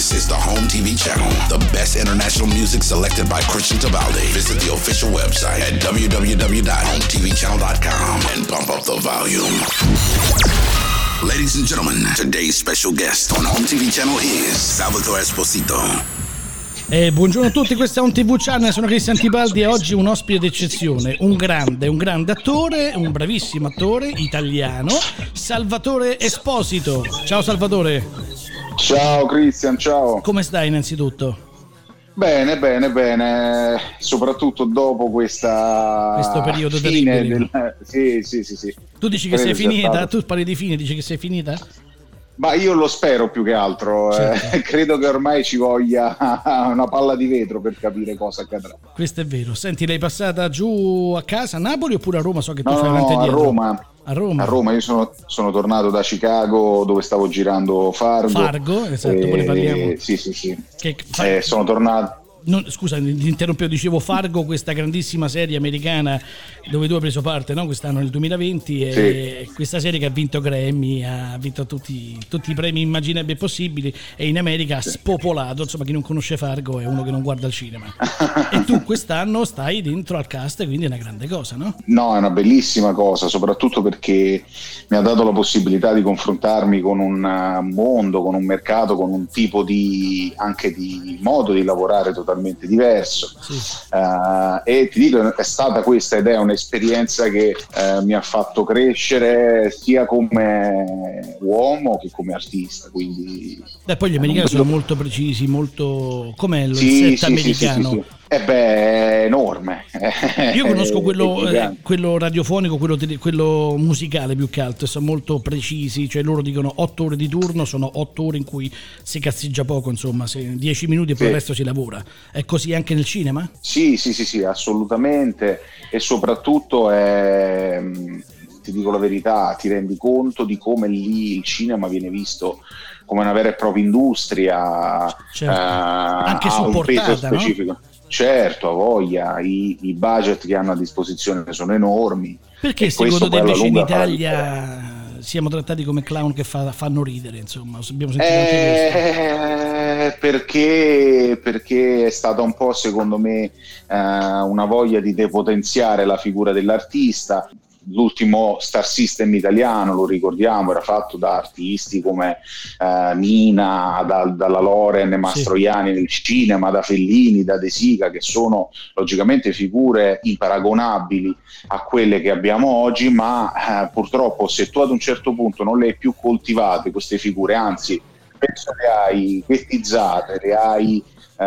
This is the Home TV channel, the best international music selected by Christian Tabaldi. Visit the official website at www.hometvchannel.com and bump up the volume. Ladies and gentlemen, today's special guest on Home TV channel is Salvatore Esposito. Buongiorno a tutti, questo è un TV Channel, sono Cristian Tibaldi e oggi un ospite d'eccezione, un grande attore, un bravissimo attore italiano, Salvatore Esposito. Ciao Salvatore. Ciao Cristian, ciao. Come stai innanzitutto? Bene, soprattutto dopo questo periodo terribile. Sì. Tu dici che sei finita? Tu parli di fine, dici che sei finita? Ma io lo spero più che altro, certo. Credo che ormai ci voglia una palla di vetro per capire cosa accadrà. Questo è vero. Senti, l'hai passata giù a casa a Napoli oppure a Roma? So che tu fai avanti e dietro. A Roma, io sono tornato da Chicago dove stavo girando Fargo, esatto, poi ne parliamo. Sì. Sono tornato. Scusa, ti interrompevo, dicevo Fargo, questa grandissima serie americana dove tu hai preso parte, no? Quest'anno nel 2020 e questa serie che ha vinto Grammy, ha vinto tutti i premi immaginabili e possibili e in America ha spopolato, insomma chi non conosce Fargo è uno che non guarda il cinema. E tu quest'anno stai dentro al cast, quindi è una grande cosa, no? No, è una bellissima cosa, soprattutto perché mi ha dato la possibilità di confrontarmi con un mondo, con un mercato, con un tipo anche di modo di lavorare totalmente diverso, sì. E ti dico, è stata questa ed è un'esperienza che mi ha fatto crescere sia come uomo che come artista, quindi poi gli americani sono molto precisi, molto com'è il set americano? Sì. È enorme. Io conosco quello radiofonico, quello musicale più che altro, sono molto precisi, cioè loro dicono 8 ore di turno, sono 8 ore in cui si cazzeggia poco, insomma, 10 minuti e poi il resto si lavora. È così anche nel cinema? Sì, assolutamente, e soprattutto ti dico la verità, ti rendi conto di come lì il cinema viene visto come una vera e propria industria, certo. Anche supportata, un peso specifico. No? Certo, a voglia, i budget che hanno a disposizione sono enormi. Perché secondo te invece in Italia siamo trattati come clown che fanno ridere, insomma? Abbiamo sentito anche questo. Perché è stata un po', secondo me, una voglia di depotenziare la figura dell'artista. L'ultimo Star System italiano, lo ricordiamo, era fatto da artisti come Nina, dalla Loren, Mastroianni nel cinema, da Fellini, da De Sica, che sono logicamente figure imparagonabili a quelle che abbiamo oggi, ma purtroppo se tu ad un certo punto non le hai più coltivate queste figure, anzi penso le hai ghettizzate, le hai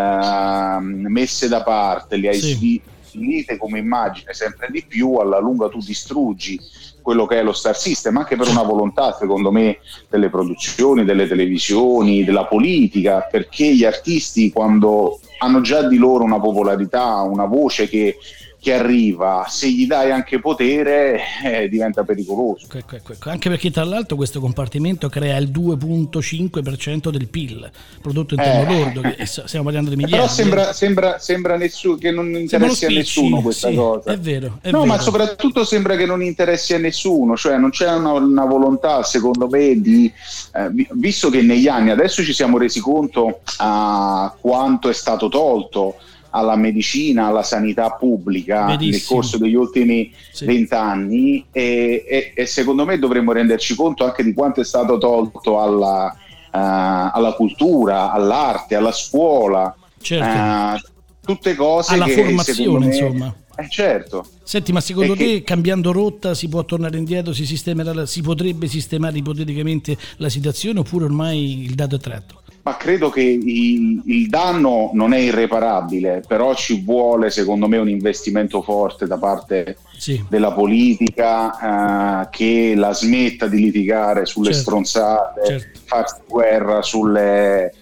messe da parte, le hai finite come immagine sempre di più, alla lunga tu distruggi quello che è lo Star System, anche per una volontà secondo me delle produzioni, delle televisioni, della politica, perché gli artisti, quando hanno già di loro una popolarità, una voce che arriva, se gli dai anche potere diventa pericoloso. Anche perché tra l'altro questo compartimento crea il 2,5% del PIL, prodotto interno lordo, stiamo parlando di miliardi. Però sembra che non interessi a nessuno questa cosa. È vero. Ma soprattutto sembra che non interessi a nessuno, cioè non c'è una volontà secondo me di visto che negli anni adesso ci siamo resi conto a quanto è stato tolto alla medicina, alla sanità pubblica nel corso degli ultimi 20 anni e secondo me dovremmo renderci conto anche di quanto è stato tolto alla cultura, all'arte, alla scuola, tutte cose alla che formazione, insomma. Certo. Senti, ma secondo te cambiando rotta si può tornare indietro, si potrebbe sistemare ipoteticamente la situazione oppure ormai il dato è tratto? Ma credo che il danno non è irreparabile, però ci vuole secondo me un investimento forte da parte della politica, che la smetta di litigare sulle stronzate, farsi guerra sulle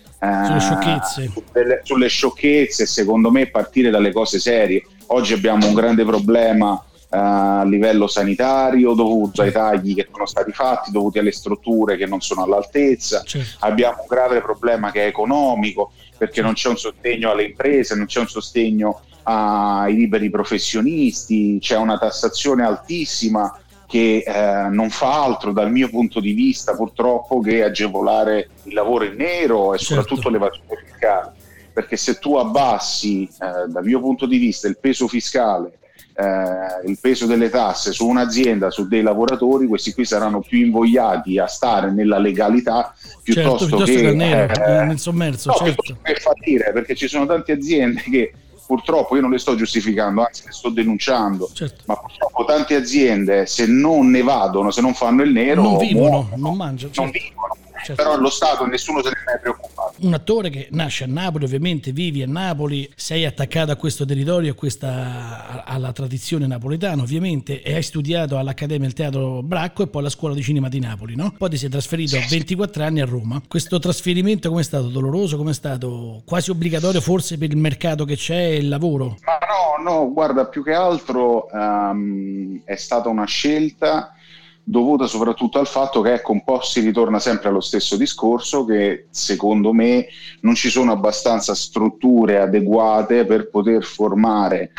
sciocchezze, secondo me partire dalle cose serie. Oggi abbiamo un grande problema a livello sanitario dovuto ai tagli che sono stati fatti, dovuti alle strutture che non sono all'altezza. Abbiamo un grave problema che è economico, perché non c'è un sostegno alle imprese, non c'è un sostegno ai liberi professionisti, c'è una tassazione altissima che non fa altro dal mio punto di vista purtroppo che agevolare il lavoro in nero e soprattutto l'evasione fiscale, perché se tu abbassi dal mio punto di vista il peso fiscale, il peso delle tasse su un'azienda, su dei lavoratori, questi qui saranno più invogliati a stare nella legalità piuttosto che nel nero, nel sommerso, piuttosto che fallire, perché ci sono tante aziende che purtroppo, io non le sto giustificando, anzi le sto denunciando, ma purtroppo tante aziende se non ne vadono, se non fanno il nero, non vivono, non mangiano, non vivono. Però lo Stato nessuno se ne è mai preoccupato. Un attore che nasce a Napoli, ovviamente vivi a Napoli, sei attaccato a questo territorio, alla tradizione napoletana ovviamente, e hai studiato all'Accademia del Teatro Bracco e poi alla Scuola di Cinema di Napoli, no? Poi ti sei trasferito a 24 anni a Roma. Questo trasferimento come è stato? Doloroso? Come è stato? Quasi obbligatorio forse per il mercato che c'è e il lavoro? Ma no, guarda, più che altro è stata una scelta dovuta soprattutto al fatto che, ecco, un po' si ritorna sempre allo stesso discorso, che secondo me non ci sono abbastanza strutture adeguate per poter formare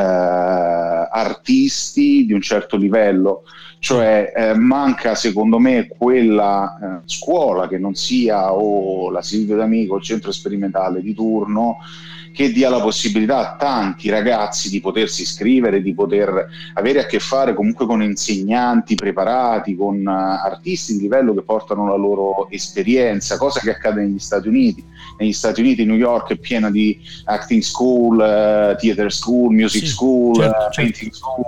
artisti di un certo livello, cioè manca secondo me quella scuola che non sia o la Silvio D'Amico o il centro sperimentale di turno, che dia la possibilità a tanti ragazzi di potersi iscrivere, di poter avere a che fare comunque con insegnanti preparati, con artisti di livello che portano la loro esperienza, cosa che accade negli Stati Uniti. Negli Stati Uniti, New York è piena di acting school, theater school, music school, painting school,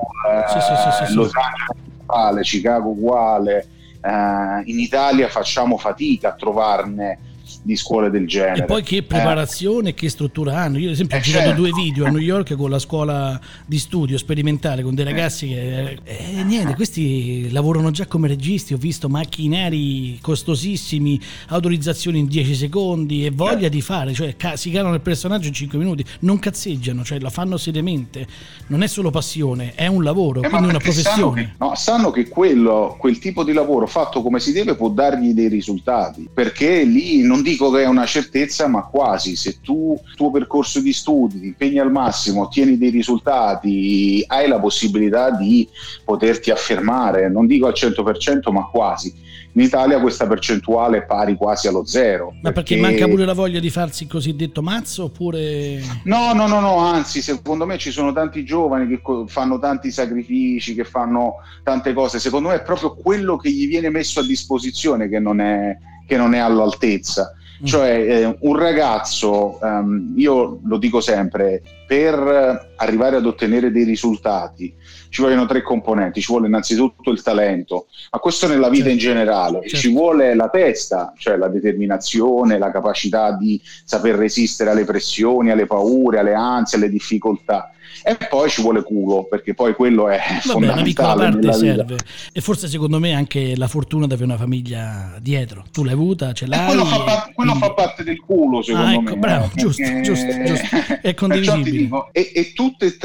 Los Angeles uguale, Chicago uguale. In Italia facciamo fatica a trovarne di scuole del genere. E poi che preparazione, che struttura hanno? Io ad esempio ho girato 2 video a New York con la scuola di studio sperimentale con dei ragazzi che niente, questi lavorano già come registi, ho visto macchinari costosissimi, autorizzazioni in 10 secondi e voglia di fare, cioè si calano il personaggio in 5 minuti, non cazzeggiano, cioè la fanno seriamente, non è solo passione, è un lavoro, quindi una professione. Sanno che quel tipo di lavoro fatto come si deve può dargli dei risultati, perché lì non dico che è una certezza, ma quasi. Se tu il tuo percorso di studi ti impegni al massimo, ottieni dei risultati, hai la possibilità di poterti affermare, non dico al 100% ma quasi. In Italia questa percentuale è pari quasi allo 0. Ma perché manca pure la voglia di farsi il cosiddetto mazzo oppure? No, anzi secondo me ci sono tanti giovani che fanno tanti sacrifici, che fanno tante cose, secondo me è proprio quello che gli viene messo a disposizione che non è all'altezza. Cioè un ragazzo, io lo dico sempre, per arrivare ad ottenere dei risultati ci vogliono 3 componenti: ci vuole innanzitutto il talento, ma questo nella vita in generale, ci vuole la testa, cioè la determinazione, la capacità di saper resistere alle pressioni, alle paure, alle ansie, alle difficoltà, e poi ci vuole culo, perché poi quello è fondamentale. Una piccola parte serve, e forse secondo me anche la fortuna di avere una famiglia dietro. Tu l'hai avuta, ce l'hai, quello fa parte del culo, secondo me. Bravo, giusto, è condivisibile. E tutte e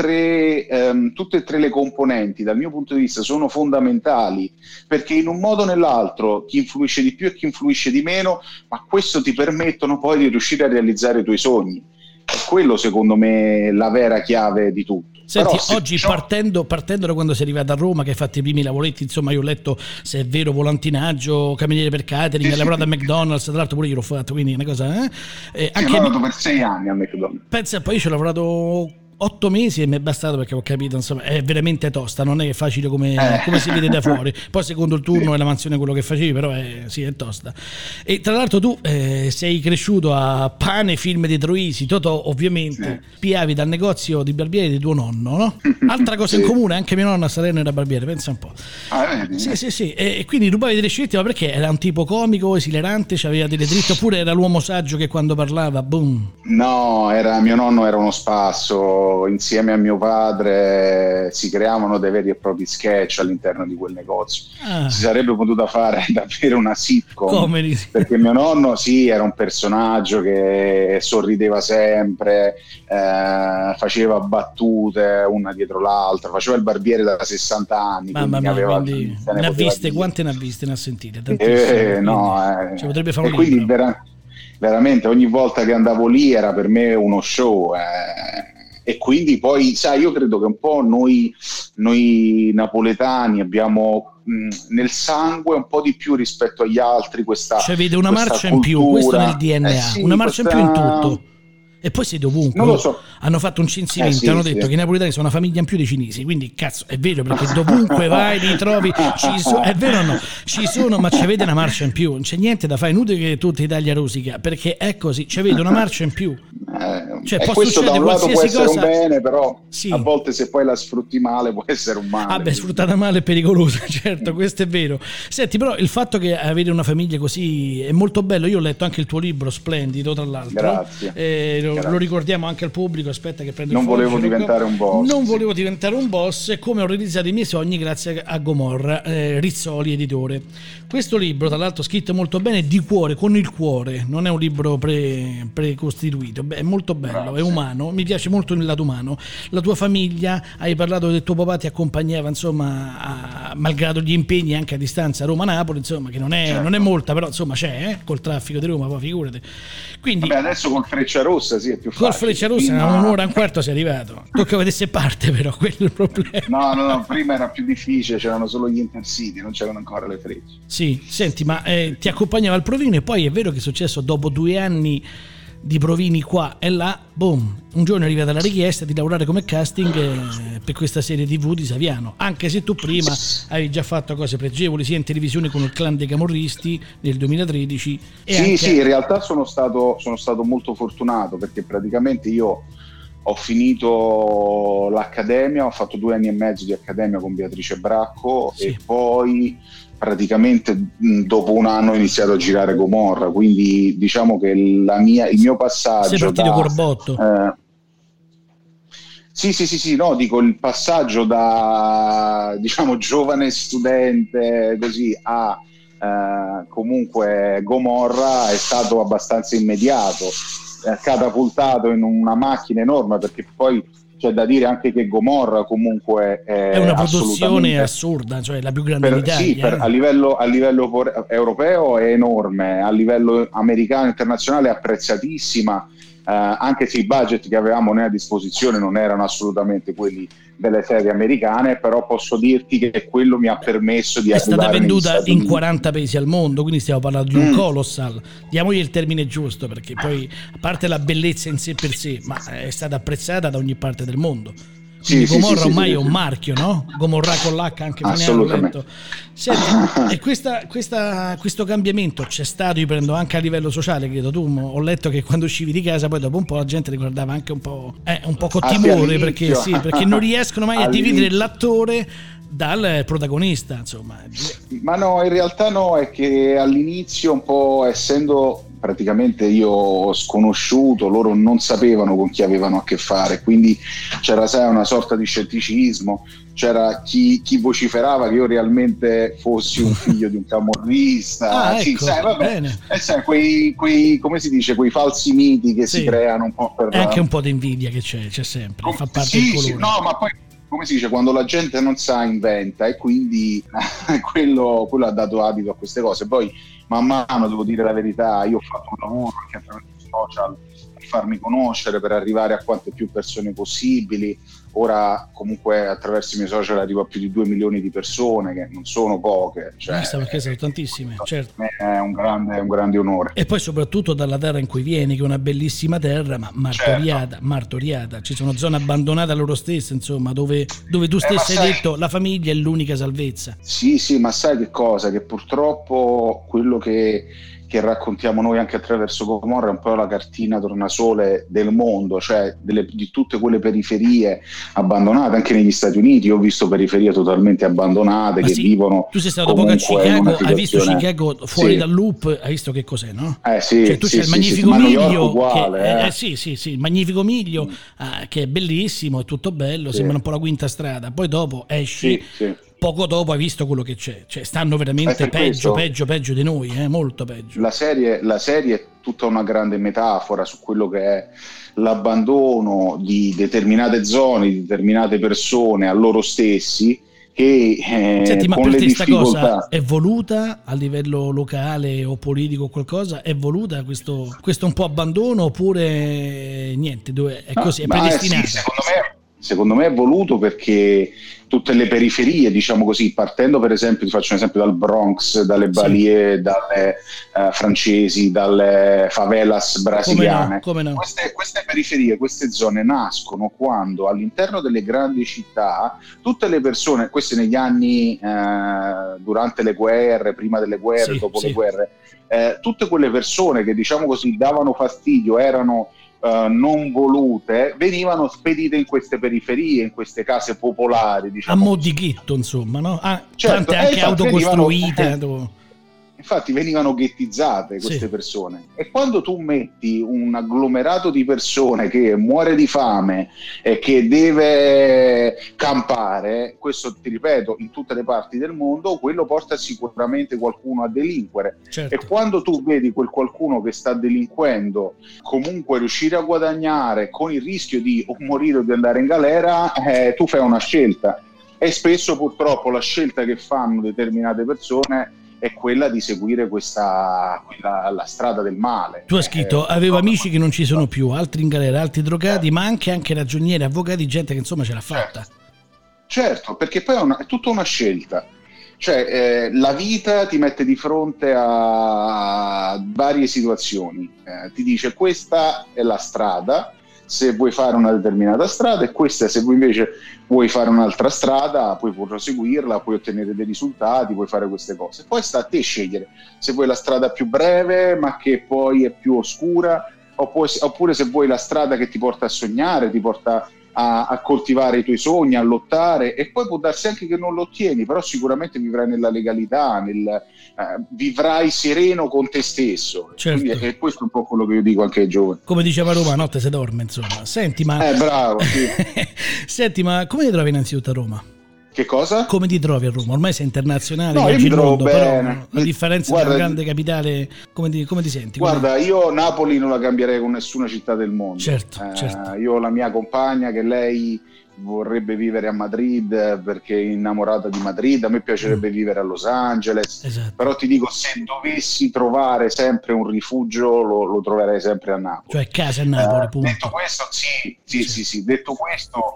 tre le componenti dal mio punto di vista sono fondamentali, perché in un modo o nell'altro chi influisce di più e chi influisce di meno, ma questo ti permettono poi di riuscire a realizzare i tuoi sogni. È quello secondo me la vera chiave di tutto. Senti, oggi partendo da quando sei arrivato a Roma, che hai fatto i primi lavoretti, insomma io ho letto, se è vero, volantinaggio, cameriere per catering, hai lavorato a McDonald's, tra l'altro pure io l'ho fatto, quindi una cosa ho lavorato per 6 anni a McDonald's. Pensa, poi io ci ho lavorato 8 mesi e mi è bastato, perché ho capito, insomma, è veramente tosta, non è che è facile come si vede da fuori. Poi secondo il turno e la mansione quello che facevi, però è tosta. E tra l'altro tu sei cresciuto a pane, film di Troisi, Totò, ovviamente piavi dal negozio di barbiere di tuo nonno, no? Altra cosa in comune, anche mio nonno a Salerno era barbiere, pensa un po'. Sì. E quindi rubavi delle scelte, ma perché? Era un tipo comico, esilerante, c'aveva delle dritte, oppure era l'uomo saggio che quando parlava, boom? No, mio nonno era uno spasso. Insieme a mio padre si creavano dei veri e propri sketch all'interno di quel negozio. Si sarebbe potuta fare davvero una sitcom, perché mio nonno era un personaggio che sorrideva sempre, faceva battute una dietro l'altra, faceva il barbiere da 60 anni. Mamma mia, quindi ne ha viste, quante ne ha viste, ne ha sentite? Ci potrebbe fare un quindi veramente ogni volta che andavo lì era per me uno show. E quindi poi, sai, io credo che un po' noi noi napoletani abbiamo nel sangue un po' di più rispetto agli altri questa, cioè vede una marcia cultura. In più, questo nel DNA, sì, una marcia in più in tutto. E poi siete ovunque, non lo so. Hanno fatto un censimento, hanno detto che i napoletani sono una famiglia in più dei cinesi, quindi cazzo è vero, perché dovunque vai li trovi, è vero o no? Ci sono, ma ci vede una marcia in più, non c'è niente da fare, inutile che tu ti taglia rosica, perché è così, ci vede una marcia in più. Cioè, può questo da un lato può essere cosa, un bene, però sì, a volte se poi la sfrutti male può essere un male. Vabbè, sfruttata male è pericolosa, certo, questo è vero. Senti, però il fatto che avere una famiglia così è molto bello. Io ho letto anche il tuo libro, splendido tra l'altro. Grazie. Lo ricordiamo anche al pubblico, aspetta che prendo non il foglio. Volevo diventare un boss. Non volevo diventare un boss, e come ho realizzato i miei sogni grazie a Gomorra, Rizzoli editore. Questo libro tra l'altro scritto molto bene, di cuore, con il cuore, non è un libro precostituito. Beh, è molto bello. È umano, mi piace molto il lato umano. La tua famiglia, hai parlato del tuo papà ti accompagnava, insomma, malgrado gli impegni anche a distanza Roma-Napoli, insomma, che non è molta, però insomma c'è, col traffico di Roma, poi figurati. Quindi adesso col Frecciarossa sì è più facile. Col Frecciarossa un'ora e un quarto sei arrivato. Tocca vedesse parte, però quello è il problema. No, prima era più difficile, c'erano solo gli Intercity, non c'erano ancora le Frecce. Sì, senti, ma ti accompagnava al provino, e poi è vero che è successo dopo 2 anni di provini qua e là, boom, un giorno è arrivata la richiesta di lavorare come casting per questa serie TV di Saviano, anche se tu prima avevi già fatto cose pregevoli sia in televisione con il Clan dei Camorristi nel 2013 sì, in realtà sono stato molto fortunato, perché praticamente io ho finito l'accademia, ho fatto 2 anni e mezzo di accademia con Beatrice Bracco, sì. E poi praticamente dopo 1 anno ho iniziato a girare Gomorra, quindi diciamo che il mio passaggio sei partito Corbotto. Sì, no, dico il passaggio da, diciamo, giovane studente così a comunque Gomorra è stato abbastanza immediato, catapultato in una macchina enorme, perché poi c'è da dire anche che Gomorra comunque è una produzione assurda, cioè la più grande d'Italia. Sì, a livello europeo è enorme, a livello americano e internazionale è apprezzatissima, anche se i budget che avevamo noi a disposizione non erano assolutamente quelli delle serie americane, però posso dirti che quello mi ha permesso di arrivare. È stata venduta in 40 paesi al mondo, quindi stiamo parlando di un colossal, diamogli il termine giusto, perché poi a parte la bellezza in sé per sé, ma è stata apprezzata da ogni parte del mondo. Quindi Gomorra ormai è un marchio, no? Gomorra con l'H anche assolutamente. Senti, e questo cambiamento c'è stato, io prendo anche a livello sociale, credo tu, ho letto che quando uscivi di casa poi dopo un po' la gente ricordava anche un po' con timore, perché non riescono mai a dividere l'attore dal protagonista, insomma. Ma no, in realtà no, è che all'inizio, un po' essendo praticamente io sconosciuto, loro non sapevano con chi avevano a che fare, quindi c'era, sai, una sorta di scetticismo, c'era chi vociferava che io realmente fossi un figlio di un camorrista, ecco, sì, sai, vabbè, sai, quei come si dice, quei falsi miti che si creano un po' per... È anche un po' di invidia che c'è sempre, fa parte del colore. Sì, no, ma poi come si dice, quando la gente non sa inventa, e quindi quello ha dato adito a queste cose. Poi man mano, devo dire la verità, io ho fatto un lavoro anche attraverso i social per farmi conoscere, per arrivare a quante più persone possibili. Ora comunque attraverso i miei social arrivo a più di 2 milioni di persone, che non sono poche, cioè, perché sono tantissime, certo. È un grande onore. E poi soprattutto dalla terra in cui vieni, che è una bellissima terra, ma martoriata. Ci sono zone abbandonate a loro stesse, insomma, dove tu stesso hai detto la famiglia è l'unica salvezza. Sì, ma sai che cosa? Che purtroppo quello che raccontiamo noi anche attraverso Gomorra è un po' la cartina tornasole del mondo, cioè di tutte quelle periferie abbandonate. Anche negli Stati Uniti io ho visto periferie totalmente abbandonate, che vivono. Tu sei stato poco a Chicago, hai visto Chicago fuori dal loop, hai visto che cos'è, no? Sì, cioè tu c'è il Magnifico Miglio, uguale, il Magnifico Miglio, che è bellissimo, è tutto bello, sembra un po' la quinta strada, poi dopo esci. Poco dopo hai visto quello che c'è, cioè stanno veramente peggio di noi, molto peggio. La serie è tutta una grande metafora su quello che è l'abbandono di determinate zone, di determinate persone a loro stessi, che senti, ma con per le te sta difficoltà... cosa è voluta a livello locale o politico o qualcosa? È voluta questo un po' abbandono, oppure niente, è così, è predestinata? Secondo me è voluto perché tutte le periferie, diciamo così, partendo per esempio, ti faccio un esempio, dal Bronx, dalle balie, dalle francesi, dalle favelas brasiliane. Come no? Queste periferie, queste zone nascono quando all'interno delle grandi città tutte le persone, queste negli anni durante le guerre, prima delle guerre, dopo le guerre, tutte quelle persone che, diciamo così, davano fastidio, erano non volute, venivano spedite in queste periferie, in queste case popolari, diciamo, a mo' di ghetto, insomma, no? Certo, tante anche autocostruite. Infatti venivano ghettizzate queste persone, e quando tu metti un agglomerato di persone che muore di fame e che deve campare, questo, ti ripeto, in tutte le parti del mondo, quello porta sicuramente qualcuno a delinquere. Certo. E quando tu vedi quel qualcuno che sta delinquendo comunque riuscire a guadagnare con il rischio di o morire o di andare in galera, tu fai una scelta, e spesso purtroppo la scelta che fanno determinate persone è quella di seguire la strada del male. Tu hai scritto, avevo amici che non ci sono più, altri in galera, altri drogati, ma anche ragionieri, avvocati, gente che insomma ce l'ha fatta. Certo, perché poi è tutta una scelta. Cioè, la vita ti mette di fronte a varie situazioni, ti dice questa è la strada, se vuoi fare una determinata strada, e questa, se vuoi invece vuoi fare un'altra strada, puoi proseguirla, puoi ottenere dei risultati, puoi fare queste cose. Poi sta a te scegliere se vuoi la strada più breve ma che poi è più oscura, oppure se vuoi la strada che ti porta a sognare, ti porta a coltivare i tuoi sogni, a lottare, e poi può darsi anche che non lo ottieni, però sicuramente vivrai nella legalità, vivrai sereno con te stesso. Certo. Quindi è questo un po' quello che io dico anche ai giovani. Come diceva Roma, notte si dorme, insomma. Senti, ma bravo, sì. Senti, ma come ti trovi innanzitutto a Roma? Che cosa? Come ti trovi a Roma? Ormai sei internazionale, no, viaggi il mondo, bene. Però a differenza di una grande capitale, come ti senti? Guarda, io Napoli non la cambierei con nessuna città del mondo. Certo. Io ho la mia compagna che lei vorrebbe vivere a Madrid perché è innamorata di Madrid, a me piacerebbe vivere a Los Angeles, esatto. Però ti dico, se dovessi trovare sempre un rifugio lo troverei sempre a Napoli. Cioè casa a Napoli, punto. Detto questo, sì. Detto questo,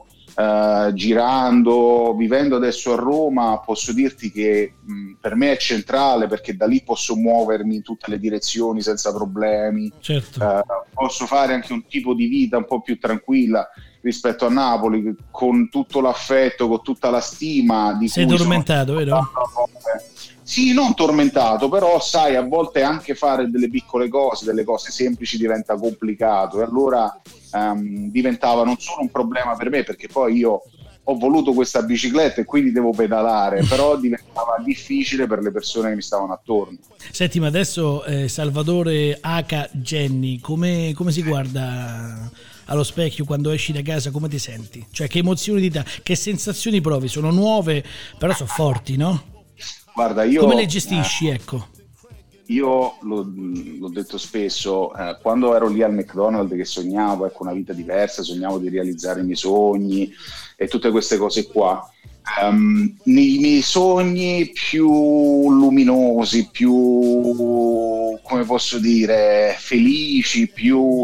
girando, vivendo adesso a Roma, posso dirti che per me è centrale, perché da lì posso muovermi in tutte le direzioni senza problemi. Certo. Posso fare anche un tipo di vita un po' più tranquilla rispetto a Napoli, con tutto l'affetto, con tutta la stima di sei cui tormentato, vero? Sì, non tormentato, però sai, a volte anche fare delle piccole cose, delle cose semplici diventa complicato, e allora diventava non solo un problema per me, perché poi io ho voluto questa bicicletta e quindi devo pedalare, però diventava difficile per le persone che mi stavano attorno. Senti, ma adesso Salvatore H. Genni, come si guarda allo specchio quando esci da casa? Come ti senti? Cioè, che emozioni ti dà? Che sensazioni provi? Sono nuove, però sono forti, no? Guarda, io come le gestisci, ecco? Io l'ho detto spesso, quando ero lì al McDonald's che sognavo, ecco, una vita diversa, sognavo di realizzare i miei sogni e tutte queste cose qua. Nei miei sogni più luminosi, più, come posso dire, felici, più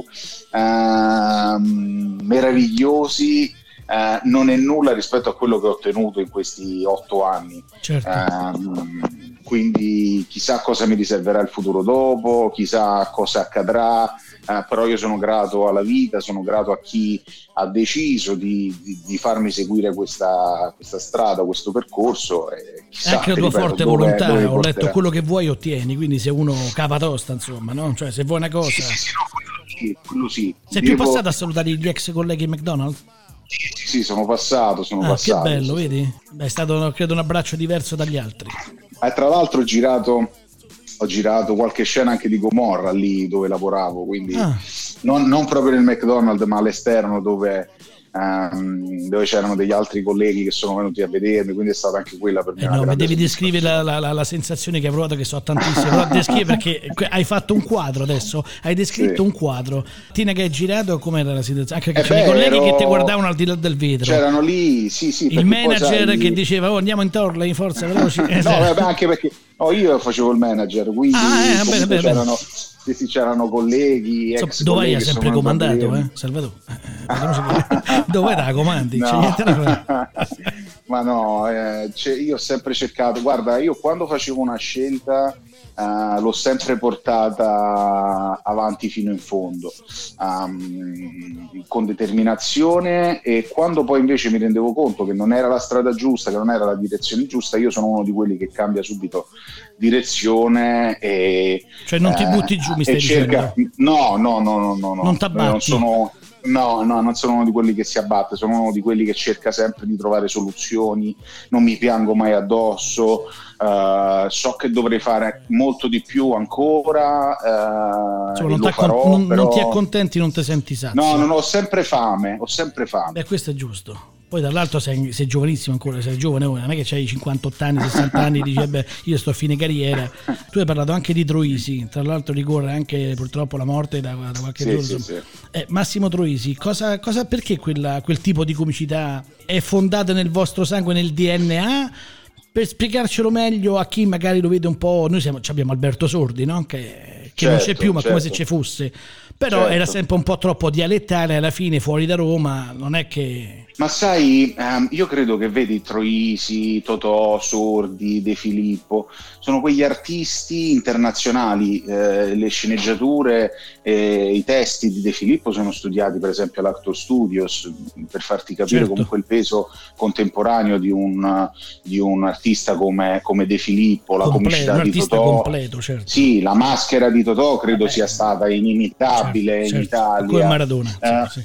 meravigliosi, non è nulla rispetto a quello che ho ottenuto in questi 8 anni. Certo. Quindi chissà cosa mi riserverà il futuro dopo, chissà cosa accadrà, però io sono grato alla vita, sono grato a chi ha deciso di farmi seguire questa strada, questo percorso. E chissà, anche la tua forte volontà, ho letto, quello che vuoi ottieni, quindi sei uno capatosta, insomma, no? Cioè, se vuoi una cosa... Sì, quello sì. Sei più passato a salutare gli ex colleghi McDonald's? Sì, sono passato. Che bello, vedi? È stato, credo, un abbraccio diverso dagli altri. Tra l'altro ho girato qualche scena anche di Gomorra lì dove lavoravo, quindi non proprio nel McDonald's ma all'esterno dove c'erano degli altri colleghi che sono venuti a vedermi, quindi è stata anche quella per me una grande devi descrivere la sensazione che hai provato, che so tantissime, però descrivi, perché hai fatto un quadro adesso, hai descritto un quadro. Tina, che hai girato, com'era la situazione? Anche perché c'erano i colleghi che ti guardavano al di là del vetro, c'erano lì, sì, il manager che diceva andiamo in torla in forza veloci. Anche perché io facevo il manager, quindi c'erano colleghi, dove hai sempre comandato, Salvatore? Dove era la comandi? No. C'è niente da fare. Ma no, io ho sempre cercato, guarda, io quando facevo una scelta l'ho sempre portata avanti fino in fondo, con determinazione, e quando poi invece mi rendevo conto che non era la strada giusta, che non era la direzione giusta, io sono uno di quelli che cambia subito direzione e cioè non ti butti giù, mi stai dicendo? No, non t'abbatti? Non sono uno di quelli che si abbatte, sono uno di quelli che cerca sempre di trovare soluzioni, non mi piango mai addosso, so che dovrei fare molto di più ancora, non ti accontenti, non ti senti sazio. No, non ho sempre fame. Beh, questo è giusto. Poi dall'altro sei giovanissimo ancora, sei giovane, non è che c'hai 58 anni, 60 anni, dici beh, io sto a fine carriera. Tu hai parlato anche di Troisi, tra l'altro ricorre anche purtroppo la morte da qualche giorno. Sì. Massimo Troisi, perché quel tipo di comicità è fondata nel vostro sangue, nel DNA? Per spiegarcelo meglio a chi magari lo vede un po', noi abbiamo Alberto Sordi, no? che non c'è più, ma come se ci fosse, però era sempre un po' troppo dialettale, alla fine fuori da Roma non è che... Ma sai, io credo che vedi Troisi, Totò, Sordi, De Filippo, sono quegli artisti internazionali, le sceneggiature, i testi di De Filippo sono studiati per esempio all'Actor Studios, per farti capire comunque il peso contemporaneo di un artista come De Filippo, la comicità di Totò. Completo, certo. Sì, la maschera di Totò credo sia stata inimitabile in Italia. Come Maradona.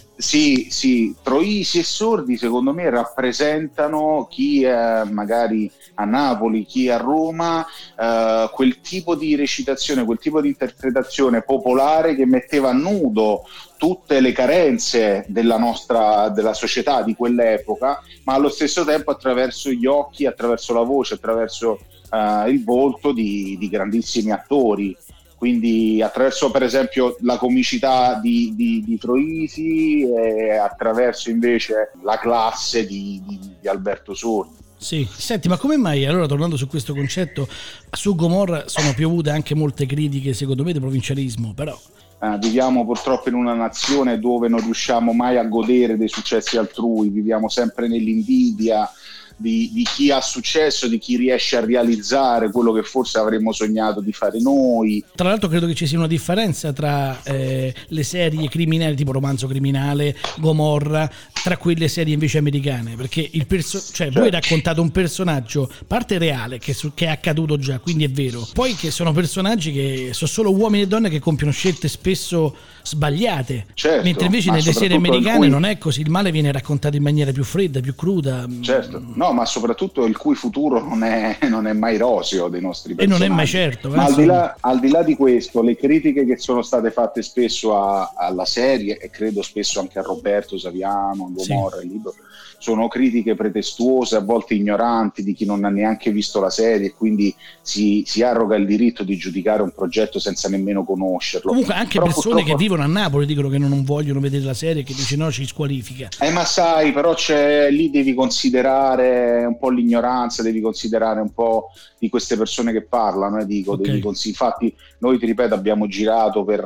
Sì, Troisi e Sordi secondo me rappresentano chi è magari a Napoli, chi è a Roma, quel tipo di recitazione, quel tipo di interpretazione popolare che metteva a nudo tutte le carenze della società di quell'epoca, ma allo stesso tempo attraverso gli occhi, attraverso la voce, attraverso il volto di grandissimi attori. Quindi attraverso per esempio la comicità di Troisi e attraverso invece la classe di Alberto Sordi. Sì, senti, ma come mai, allora tornando su questo concetto, su Gomorra sono piovute anche molte critiche secondo me di provincialismo, però... Viviamo purtroppo in una nazione dove non riusciamo mai a godere dei successi altrui, viviamo sempre nell'invidia di chi ha successo, di chi riesce a realizzare quello che forse avremmo sognato di fare noi. Tra l'altro credo che ci sia una differenza tra le serie criminali tipo Romanzo Criminale, Gomorra, tra quelle serie invece americane, perché voi raccontate un personaggio parte reale che è accaduto già, quindi è vero, poi che sono personaggi che sono solo uomini e donne che compiono scelte spesso sbagliate, mentre invece nelle serie americane non è così, il male viene raccontato in maniera più fredda, più cruda. Certo, no, ma soprattutto il cui futuro non è mai roseo dei nostri personaggi. E non è mai certo. Ma al di là di questo, le critiche che sono state fatte spesso alla serie, e credo spesso anche a Roberto Saviano, a Gomorra, il libro, sono critiche pretestuose, a volte ignoranti, di chi non ha neanche visto la serie e quindi si arroga il diritto di giudicare un progetto senza nemmeno conoscerlo. Comunque anche persone che vivono a Napoli dicono che non vogliono vedere la serie, che dice no, ci squalifica. Ma sai, però lì devi considerare un po' l'ignoranza, devi considerare un po' di queste persone che parlano, infatti noi, ti ripeto, abbiamo girato per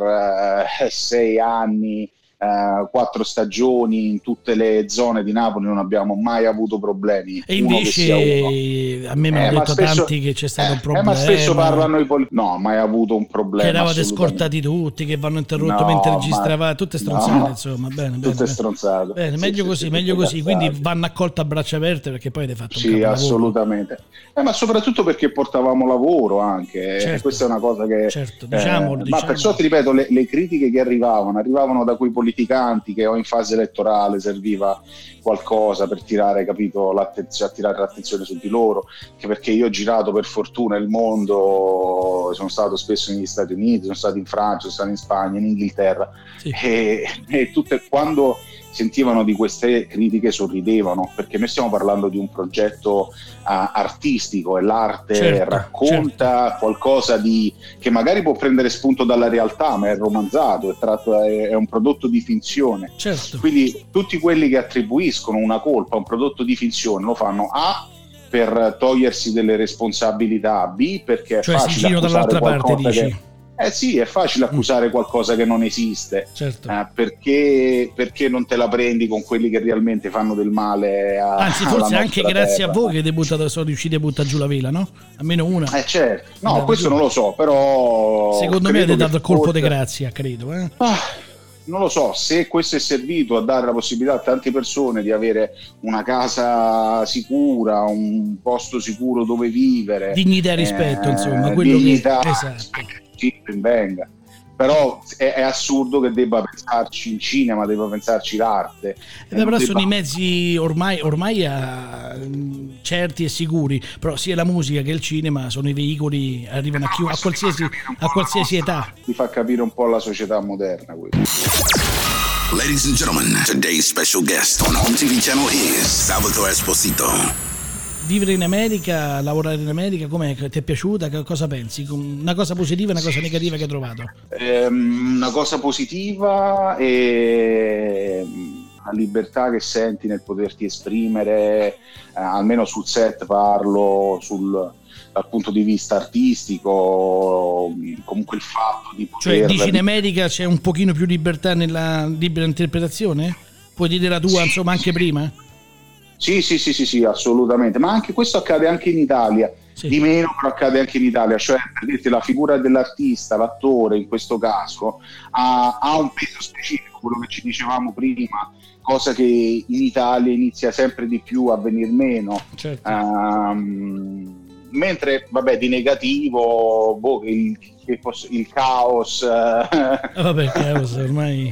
6 anni, 4 stagioni in tutte le zone di Napoli, non abbiamo mai avuto problemi. E invece a me mi hanno detto tanti che c'è stato un problema. Ma spesso parlano i politici. No, mai avuto un problema. Che eravate scortati tutti, che vanno interrotto mentre registravate, tutte stronzate, insomma. Bene, stronzate. Bene, meglio così. Quindi vanno accolte a braccia aperte perché poi avete fatto un capolavoro. Sì, assolutamente. Ma soprattutto perché portavamo lavoro anche. Certo. Questa è una cosa che. Certo, diciamo. Ma perciò ti ripeto, le critiche che arrivavano da quei politicanti che o in fase elettorale serviva qualcosa per attirare l'attenzione su di loro, che perché io ho girato per fortuna il mondo, sono stato spesso negli Stati Uniti, sono stato in Francia, sono stato in Spagna, in Inghilterra, e tutte, quando sentivano di queste critiche sorridevano, perché noi stiamo parlando di un progetto artistico e l'arte racconta qualcosa che magari può prendere spunto dalla realtà, ma è romanzato, è un prodotto di finzione. Quindi tutti quelli che attribuiscono una colpa a un prodotto di finzione lo fanno per togliersi delle responsabilità, B perché è facile accusare qualcosa sì, è facile accusare qualcosa che non esiste, certo. Perché non te la prendi con quelli che realmente fanno del male anzi forse anche grazie terra. A voi che sono riusciti a buttare giù la vela, no? Almeno una. Certo, no, questo non lo so, però secondo me avete dato il colpo di grazia, credo. Non lo so, se questo è servito a dare la possibilità a tante persone di avere una casa sicura, un posto sicuro dove vivere, dignità e rispetto, insomma, quello dignità, che esatto. Sì, ben venga. Però è assurdo che debba pensarci il cinema, debba pensarci l'arte. Però sono i mezzi ormai certi e sicuri, però sia la musica che il cinema sono i veicoli, arrivano a qualsiasi età. Ti fa capire un po' la società moderna questo. Ladies and gentlemen, today's special guest on Home TV Channel is Salvatore Esposito. Vivere in America, lavorare in America, com'è? Ti è piaciuta? Cosa pensi? Una cosa positiva e una cosa negativa che hai trovato? Una cosa positiva è la libertà che senti nel poterti esprimere, almeno sul set parlo, dal punto di vista artistico, comunque il fatto di poter... Cioè dici in America c'è un pochino più libertà nella libera interpretazione? Puoi dire la tua, insomma, anche prima? Sì, assolutamente, ma anche questo accade anche in Italia, sì. Di meno, però accade anche in Italia, cioè per dirti, la figura dell'artista, l'attore in questo caso ha un peso specifico, quello che ci dicevamo prima, cosa che in Italia inizia sempre di più a venir meno, certo. Mentre vabbè, di negativo il caos, vabbè, il caos ormai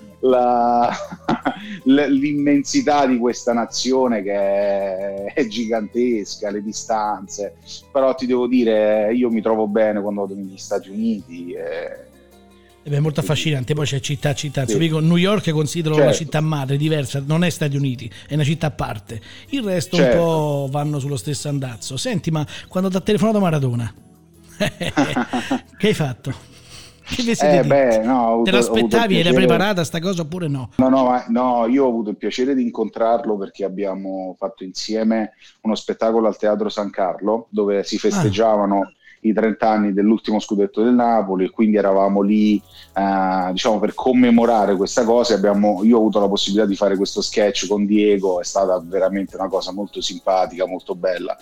l'immensità di questa nazione che è gigantesca, le distanze, però ti devo dire, io mi trovo bene quando vado negli Stati Uniti, è molto affascinante. Poi c'è città, sì. Dico, New York considero certo. Una città madre, diversa, non è Stati Uniti, è una città a parte, il resto certo. Un po' vanno sullo stesso andazzo. Senti, ma quando ti ha telefonato Maradona che hai fatto? Che vi siete no, te l'aspettavi? Era preparata sta cosa oppure no? No, io ho avuto il piacere di incontrarlo perché abbiamo fatto insieme uno spettacolo al Teatro San Carlo dove si festeggiavano i 30 anni dell'ultimo scudetto del Napoli, e quindi eravamo lì diciamo per commemorare questa cosa. Io ho avuto la possibilità di fare questo sketch con Diego, è stata veramente una cosa molto simpatica, molto bella,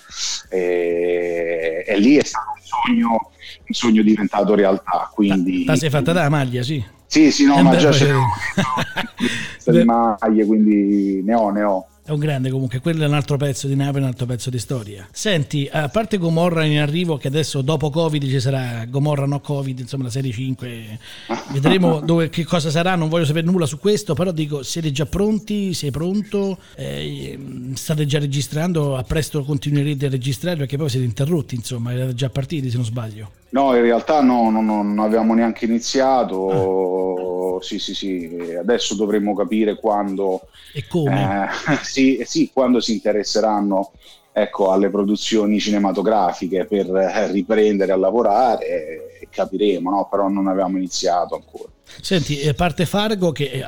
e lì è stato un sogno diventato realtà, quindi sei fatta da maglia, sì, no, ma già c'erano le maglie, quindi ne ho. È un grande comunque, quello è un altro pezzo di Napoli, un altro pezzo di storia. Senti, a parte Gomorra in arrivo, che adesso dopo Covid ci sarà Gomorra no Covid, insomma la serie 5, vedremo che cosa sarà, non voglio sapere nulla su questo, però dico, siete già pronti? Sei pronto? State già registrando? A presto continuerete a registrare perché poi siete interrotti, insomma, erate già partiti se non sbaglio. No, in realtà non avevamo neanche iniziato. Sì, adesso dovremmo capire quando e come. Quando si interesseranno, ecco, alle produzioni cinematografiche per riprendere a lavorare, e capiremo, no? Però non avevamo iniziato ancora. Senti, a parte Fargo,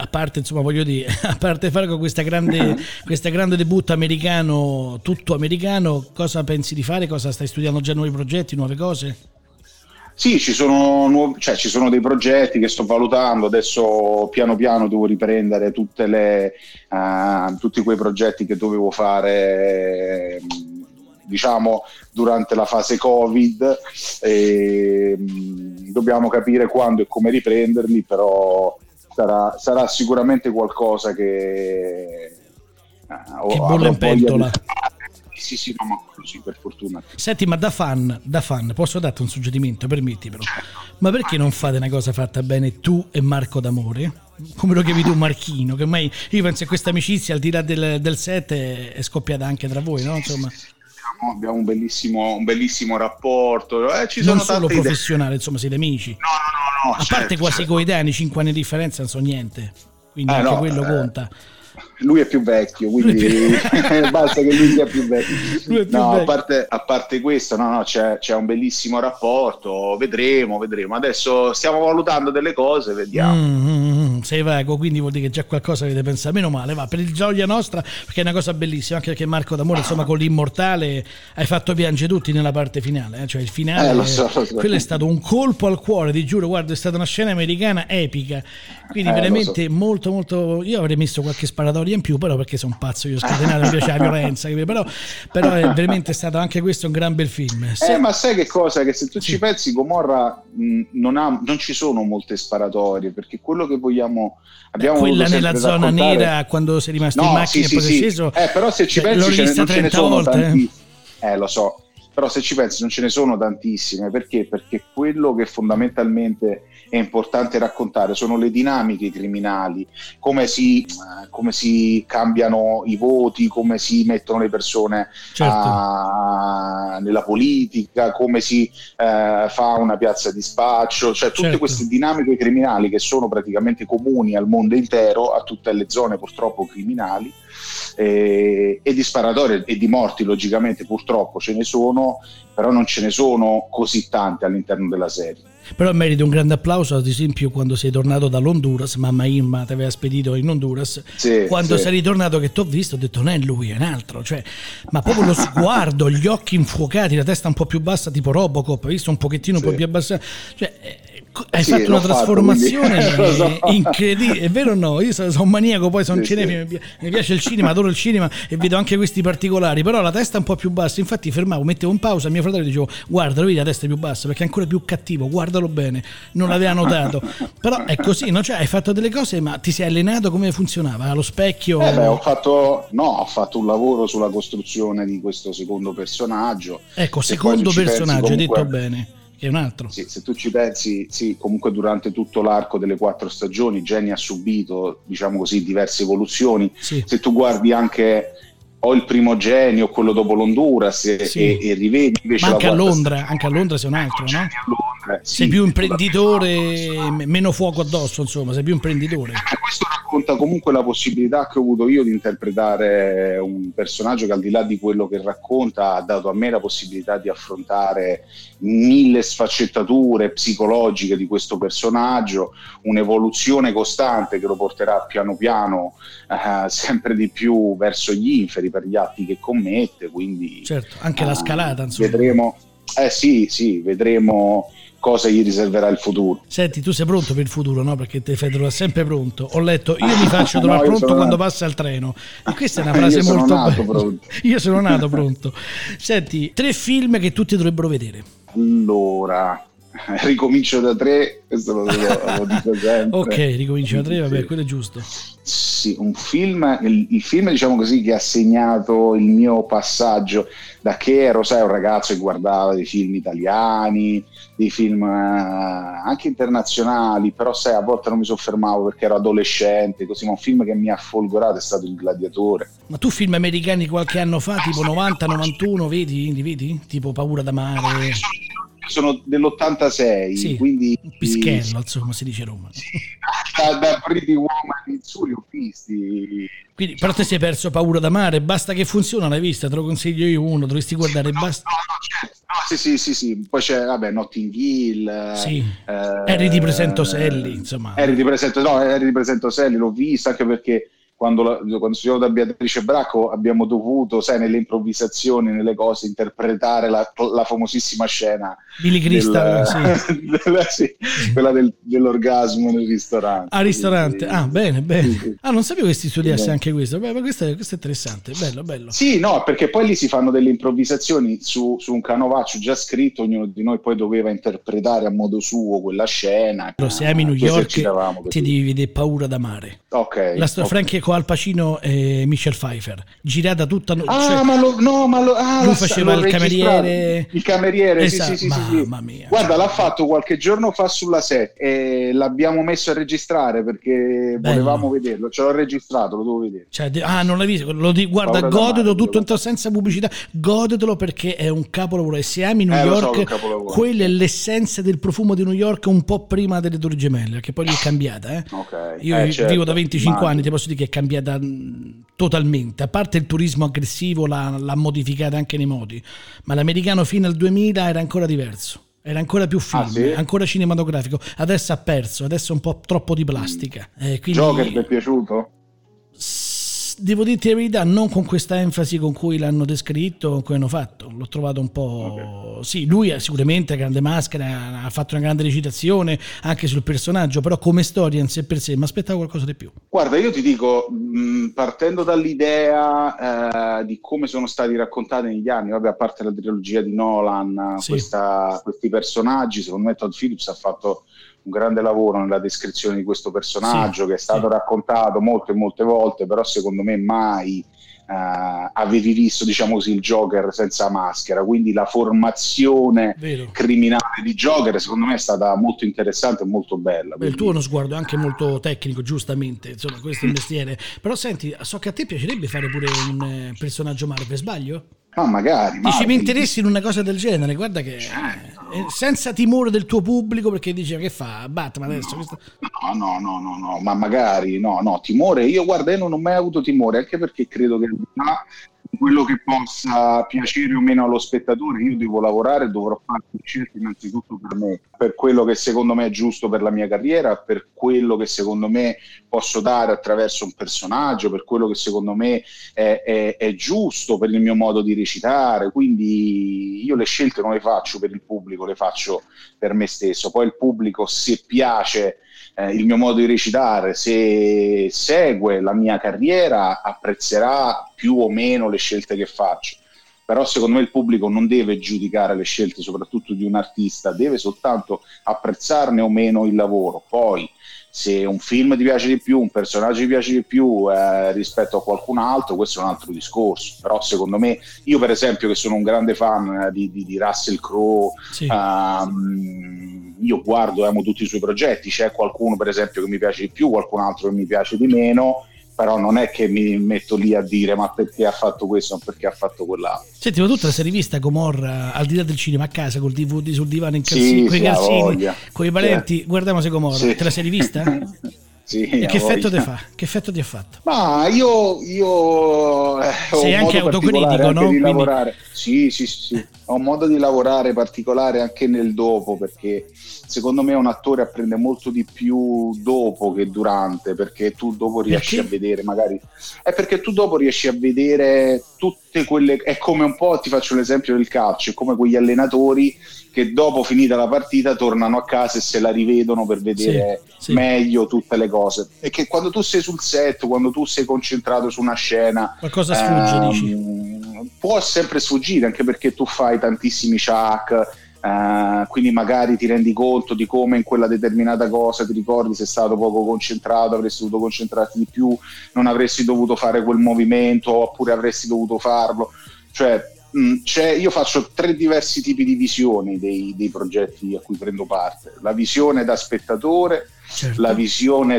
questa grande debutto americano, tutto americano, cosa pensi di fare? Cosa stai studiando già, nuovi progetti, nuove cose? Sì, ci sono dei progetti che sto valutando, adesso piano piano devo riprendere tutti quei progetti che dovevo fare diciamo durante la fase Covid, e dobbiamo capire quando e come riprenderli, però sarà sicuramente qualcosa che bolle in pentola. Sì, no, ma così, per fortuna. Senti, ma da fan, posso darti un suggerimento, permetti però? Ma perché non fate una cosa fatta bene tu e Marco D'Amore? Come lo chiami tu, Marchino? Che ormai io penso che questa amicizia al di là del set è scoppiata anche tra voi, no? Insomma, abbiamo un bellissimo rapporto, non solo professionale, insomma, siete amici. No, a parte quasi coetanei, 5 anni di differenza non so niente, quindi anche quello conta. lui è più vecchio, quindi basta che lui sia più vecchio. No, vecchio. A parte questo, c'è un bellissimo rapporto, vedremo. Adesso stiamo valutando delle cose, vediamo. Sei vago, quindi vuol dire che già qualcosa avete pensato. Meno male, va, per il gioia nostra, perché è una cosa bellissima, anche perché Marco D'Amore, insomma, con l'Immortale hai fatto piangere tutti nella parte finale, cioè il finale, lo so. Quello è stato un colpo al cuore, ti giuro, guarda, è stata una scena americana epica, quindi veramente molto molto. Io avrei messo qualche sparatoria in più, però perché sono pazzo, io scatenato, mi piace la violenza, però è veramente stato anche questo un gran bel film. Ma sai che cosa? Che se tu ci pensi, Gomorra non ci sono molte sparatorie, perché quello che abbiamo quella nella zona nera, quando sei rimasto in macchina e poi sei sceso, però se ci pensi non ce ne sono tanti. Lo so, però se ci pensi non ce ne sono tantissime. Perché quello che fondamentalmente è importante raccontare sono le dinamiche criminali, come si cambiano i voti, come si mettono le persone nella politica, come si fa una piazza di spaccio, cioè tutte queste dinamiche criminali che sono praticamente comuni al mondo intero, a tutte le zone purtroppo criminali, e di sparatorie e di morti logicamente purtroppo ce ne sono, però non ce ne sono così tante all'interno della serie. Però merita un grande applauso, ad esempio, quando sei tornato dall'Honduras, mamma Irma ti aveva spedito in Honduras, quando sei ritornato, che ti ho visto, ho detto non è lui, è un altro, cioè, ma proprio lo sguardo, gli occhi infuocati, la testa un po' più bassa tipo Robocop, hai visto, un pochettino un po' più abbassa, cioè hai fatto una trasformazione incredibile, è vero o no? Io sono un maniaco, poi sono cinefilo, mi piace il cinema, adoro il cinema e vedo anche questi particolari, però la testa è un po' più bassa, infatti fermavo, mettevo in pausa a mio fratello e dicevo guarda, vedi, la testa è più bassa perché è ancora più cattivo, guardalo bene, non l'aveva notato, però è così, no? Cioè hai fatto delle cose, ma ti sei allenato, come funzionava? Allo specchio? Ho fatto un lavoro sulla costruzione di questo secondo personaggio. Ecco, secondo personaggio, hai detto bene. Che è un altro. Sì, se tu ci pensi, comunque durante tutto l'arco delle 4 stagioni Jenny ha subito, diciamo così, diverse evoluzioni. Se tu guardi anche il primo Jenny o quello dopo l'Honduras e rivedi invece anche a Londra sei un altro, no? Sei più imprenditore, meno fuoco addosso, insomma, sei più imprenditore. Questo racconta comunque la possibilità che ho avuto io di interpretare un personaggio che, al di là di quello che racconta, ha dato a me la possibilità di affrontare 1000 sfaccettature psicologiche di questo personaggio, un'evoluzione costante che lo porterà piano piano sempre di più verso gli inferi per gli atti che commette, quindi anche la scalata, insomma. Vedremo vedremo cosa gli riserverà il futuro. Senti, tu sei pronto per il futuro, no? Perché te fai trovare sempre pronto. Ho letto, io mi faccio trovare pronto quando passa il treno. E questa è una frase molto bella. Io sono nato pronto. Senti, 3 film che tutti dovrebbero vedere. Allora, ricomincio da 3, questo lo dico sempre. Ok, ricomincio da 3, vabbè, quello è giusto. Sì, un film, il film, diciamo così, che ha segnato il mio passaggio da che ero, un ragazzo che guardava dei film italiani, dei film anche internazionali, però a volte non mi soffermavo perché ero adolescente, così, ma un film che mi ha folgorato è stato Il Gladiatore. Ma tu film americani qualche anno fa, tipo 90-91, vedi? Tipo Paura da mare? Sono dell'86, quindi un pischello, insomma, si dice a Roma. Da Pretty Woman in su li ho visti. Quindi, però te sei perso Paura da mare, basta che funziona, l'hai vista, te lo consiglio io uno, dovresti guardare, basta. Sì. Poi c'è, Notting Hill. Eri di Presento Selli, insomma. Eri di Presento Selli, l'ho vista anche perché quando studiavo da Beatrice Bracco abbiamo dovuto, nelle improvvisazioni, nelle cose, interpretare la famosissima scena Billy Crystal, quella dell'orgasmo nel ristorante. Al ristorante, bene. Sì. Non sapevo che si studiasse anche questo. Beh, questo è interessante, bello. Sì, no, perché poi lì si fanno delle improvvisazioni su un canovaccio già scritto, ognuno di noi poi doveva interpretare a modo suo quella scena. Però se ami New York ti devi vedere Paura da mare. Ok. La storia franca con Al Pacino e Michelle Pfeiffer, girata tutta. Lui faceva il cameriere. Il cameriere, esatto. Sì. Mamma mia. Guarda, l'ha fatto qualche giorno fa sulla set e l'abbiamo messo a registrare perché volevamo vederlo. Ce l'ho registrato, lo devo vedere. Non l'hai visto? Guarda, godetelo tutto senza pubblicità. Godetelo perché è un capolavoro. E se ami New York, quella è l'essenza del profumo di New York un po' prima delle Torri Gemelle, che poi lì è cambiata. Okay. Io vivo da 25 anni, ti posso dire che è cambiata totalmente, a parte il turismo aggressivo l'ha modificata anche nei modi, ma l'americano fino al 2000 era ancora diverso, era ancora più film, sì? ancora cinematografico. Adesso ha perso, adesso è un po' troppo di plastica. Quindi, Joker ti è piaciuto? Devo dirti la verità, non con questa enfasi con cui l'hanno descritto, con cui hanno fatto. L'ho trovato un po'... Sì, lui ha sicuramente grande maschera, ha fatto una grande recitazione anche sul personaggio, però come storia in sé per sé mi aspettavo qualcosa di più. Guarda, io ti dico, partendo dall'idea di come sono stati raccontati negli anni, vabbè, a parte la trilogia di Nolan, Sì. questi personaggi, secondo me Todd Phillips ha fatto un grande lavoro nella descrizione di questo personaggio, Sì, che è stato raccontato molte e molte volte, però secondo me mai avevi visto, diciamo così, il Joker senza maschera, quindi la formazione Vero. criminale di Joker secondo me è stata molto interessante e molto bella. Beh, il tuo è uno sguardo anche molto tecnico, giustamente, insomma, questo è il mestiere. Però senti, so che a te piacerebbe fare pure un personaggio Marvel, sbaglio? Ma magari Ti ci menteresti in una cosa del genere? Guarda che senza timore del tuo pubblico, perché dice che fa Batman adesso? No, ma magari no, timore, io non ho mai avuto timore, anche perché credo che quello che possa piacere o meno allo spettatore, io devo lavorare, dovrò fare scelte innanzitutto per me, per quello che secondo me è giusto per la mia carriera, per quello che secondo me posso dare attraverso un personaggio, per quello che secondo me è giusto per il mio modo di recitare. Quindi io le scelte non le faccio per il pubblico, le faccio per me stesso. Poi il pubblico, se piace il mio modo di recitare, se segue la mia carriera, apprezzerà più o meno le scelte che faccio. Però secondo me il pubblico non deve giudicare le scelte, soprattutto di un artista, deve soltanto apprezzarne o meno il lavoro. Poi se un film ti piace di più, un personaggio ti piace di più rispetto a qualcun altro, questo è un altro discorso. Però secondo me, io per esempio che sono un grande fan di Russell Crowe, Sì. io guardo e amo tutti i suoi progetti, c'è qualcuno per esempio che mi piace di più, qualcun altro che mi piace di meno, però non è che mi metto lì a dire ma perché ha fatto questo o perché ha fatto quell'altro. Senti, ma tu te la sei rivista Gomorra al di là del cinema a casa col DVD sul divano in calzini, con i calzini, con i parenti, guardiamo se Gomorra, te la sei rivista? Sì, e che effetto ti fa? Che effetto ti ha fatto? Ma io sei ho anche un modo particolare autocritico, anche no? di Quindi... lavorare. Sì. Ho un modo di lavorare particolare anche nel dopo, perché secondo me un attore apprende molto di più dopo che durante, perché tu dopo riesci a vedere magari perché tu dopo riesci a vedere tutte quelle, è come un po', ti faccio l'esempio del calcio, è come quegli allenatori che dopo finita la partita tornano a casa e se la rivedono per vedere meglio tutte le cose, e che quando tu sei sul set, quando tu sei concentrato su una scena, qualcosa sfugge, dici? Può sempre sfuggire, anche perché tu fai tantissimi chuck, quindi magari ti rendi conto di come in quella determinata cosa, ti ricordi, sei stato poco concentrato, avresti dovuto concentrarti di più, non avresti dovuto fare quel movimento, oppure avresti dovuto farlo. Io faccio 3 diversi tipi di visioni dei progetti a cui prendo parte: la visione da spettatore, certo, la visione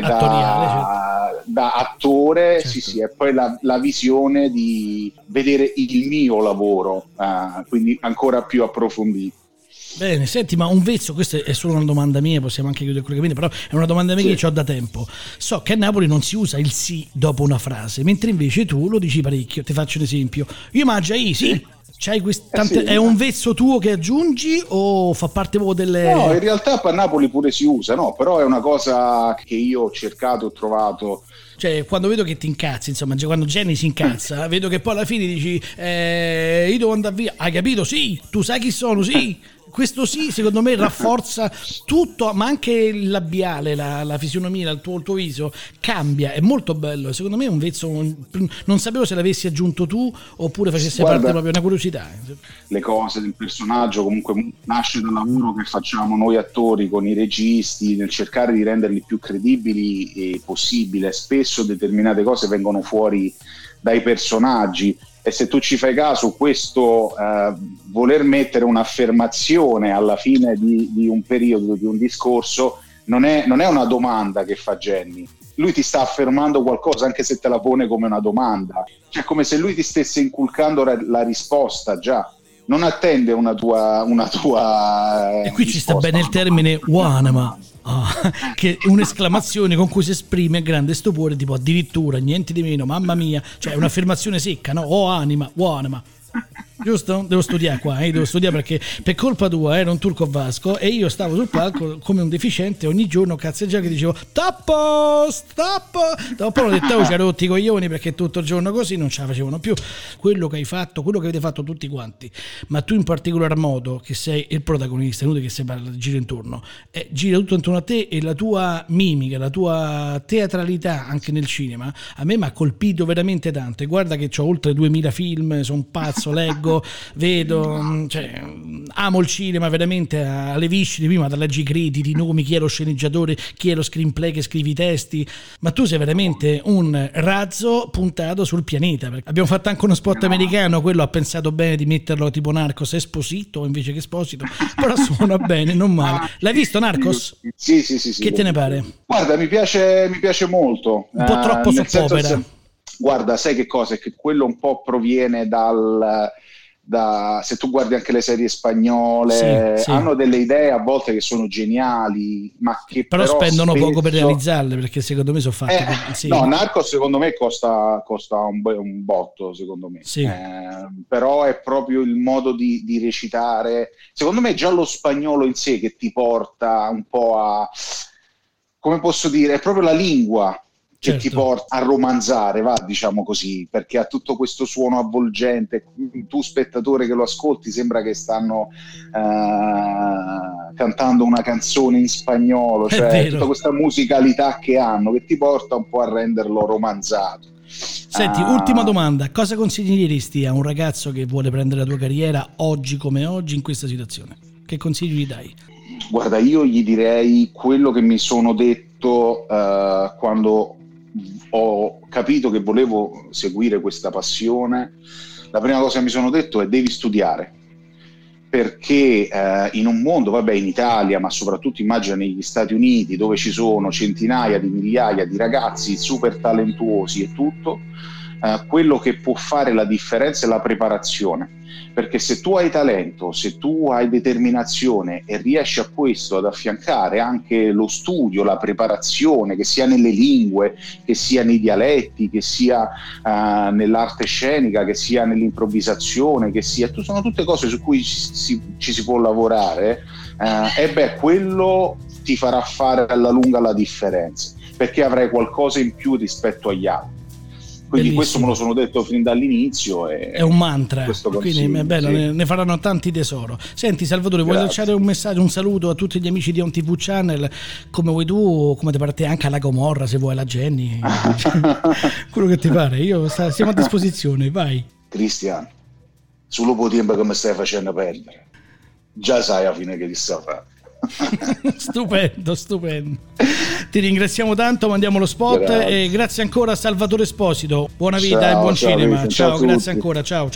da attore, certo, sì, e poi la visione di vedere il mio lavoro, quindi ancora più approfondito. Bene, senti, ma un vezzo, questa è solo una domanda mia, possiamo anche chiudere quello che viene, però è una domanda mia che ho da tempo. So che a Napoli non si usa il sì dopo una frase, mentre invece tu lo dici parecchio. Ti faccio un esempio: io mangio sì. C'hai è un vezzo tuo che aggiungi o fa parte proprio delle... No, in realtà a Napoli pure si usa, no, però è una cosa che io ho cercato e ho trovato. Cioè, quando vedo che ti incazzi, insomma, quando Jenny si incazza, vedo che poi alla fine dici io devo andare via. Hai capito? Sì, tu sai chi sono, sì. Questo sì, secondo me rafforza tutto, ma anche il labiale, la fisionomia, il tuo viso cambia, è molto bello. Secondo me è un vezzo, non sapevo se l'avessi aggiunto tu oppure facesse parte proprio una curiosità. Le cose del personaggio comunque nasce dal lavoro che facciamo noi attori con i registi nel cercare di renderli più credibili possibile. Spesso determinate cose vengono fuori dai personaggi, e se tu ci fai caso, questo voler mettere un'affermazione alla fine di un periodo, di un discorso, non è una domanda che fa Jenny. Lui ti sta affermando qualcosa anche se te la pone come una domanda, cioè come se lui ti stesse inculcando la risposta già, non attende una tua e qui risposta. Ci sta bene il termine wanama, che è un'esclamazione con cui si esprime grande stupore, tipo addirittura, niente di meno, mamma mia, cioè un'affermazione secca, no? Oh anima, giusto? Devo studiare qua, devo studiare perché per colpa tua ero un turco Vasco e io stavo sul palco come un deficiente, ogni giorno cazzeggiavo che dicevo tappo, dopo l'ho detto ci ha rotti i coglioni perché tutto il giorno così non ce la facevano più. Quello che hai fatto, quello che avete fatto tutti quanti, ma tu in particolar modo che sei il protagonista, è inutile che si parla, gira intorno, gira tutto intorno a te e la tua mimica, la tua teatralità anche nel cinema a me mi ha colpito veramente tanto, e guarda che ho oltre 2000 film, sono un pazzo, leggo, vedo, cioè, amo il cinema veramente alle viscere, prima da leggi i crediti, i nomi, chi è lo sceneggiatore, chi è lo screenplay che scrive i testi, ma tu sei veramente un razzo puntato sul pianeta. Abbiamo fatto anche uno spot americano, quello ha pensato bene di metterlo tipo Narcos Esposito invece che Esposito, però suona bene, non male. L'hai visto Narcos? Sì. Che te ne pare? Guarda, mi piace molto. Un po' troppo soppopera. Guarda, sai che cosa? È che quello un po' proviene se tu guardi anche le serie spagnole, sì. hanno delle idee a volte che sono geniali, ma che però spendono spesso poco per realizzarle, perché secondo me sono fatte sì. No, Narcos secondo me costa un botto, secondo me, sì. Però è proprio il modo di recitare, secondo me già lo spagnolo in sé che ti porta un po' a, come posso dire, è proprio la lingua che ti porta a romanzare, diciamo così, perché ha tutto questo suono avvolgente, tu spettatore che lo ascolti sembra che stanno cantando una canzone in spagnolo, cioè tutta questa musicalità che hanno, che ti porta un po' a renderlo romanzato. Senti, ultima domanda, cosa consiglieresti a un ragazzo che vuole prendere la tua carriera oggi come oggi in questa situazione? Che consigli gli dai? Guarda, io gli direi quello che mi sono detto quando ho capito che volevo seguire questa passione. La prima cosa che mi sono detto è: devi studiare, perché in un mondo, in Italia, ma soprattutto immagino negli Stati Uniti, dove ci sono centinaia di migliaia di ragazzi super talentuosi e tutto, quello che può fare la differenza è la preparazione, perché se tu hai talento, se tu hai determinazione e riesci a questo ad affiancare anche lo studio, la preparazione, che sia nelle lingue, che sia nei dialetti, che sia nell'arte scenica, che sia nell'improvvisazione, che sia, sono tutte cose su cui ci si può lavorare, quello ti farà fare alla lunga la differenza, perché avrai qualcosa in più rispetto agli altri. Quindi questo me lo sono detto fin dall'inizio. È un mantra, quindi è bello, sì. Ne faranno tanti tesoro. Senti Salvatore, vuoi lasciare un messaggio, un saluto a tutti gli amici di On TV Channel, come vuoi tu, come ti parte anche alla Gomorra, se vuoi, la Jenny, quello che ti pare, siamo a disposizione, vai. Cristian, solo po' tempo che mi stai facendo perdere, già sai alla fine che ti sta fare. Stupendo. Ti ringraziamo tanto, mandiamo lo spot. Grazie. E grazie ancora a Salvatore Esposito. Buona vita e buon cinema. Ciao, grazie ancora. Ciao.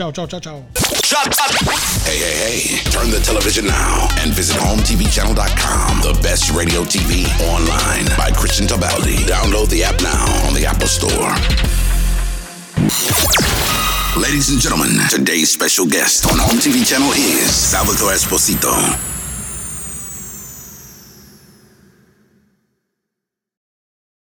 Hey, turn the television now and visit HomeTVChannel.com. The best radio TV online by Christian Tabaldi. Download the app now on the Apple Store. Ladies and gentlemen, today's special guest on Home TV Channel is Salvatore Esposito.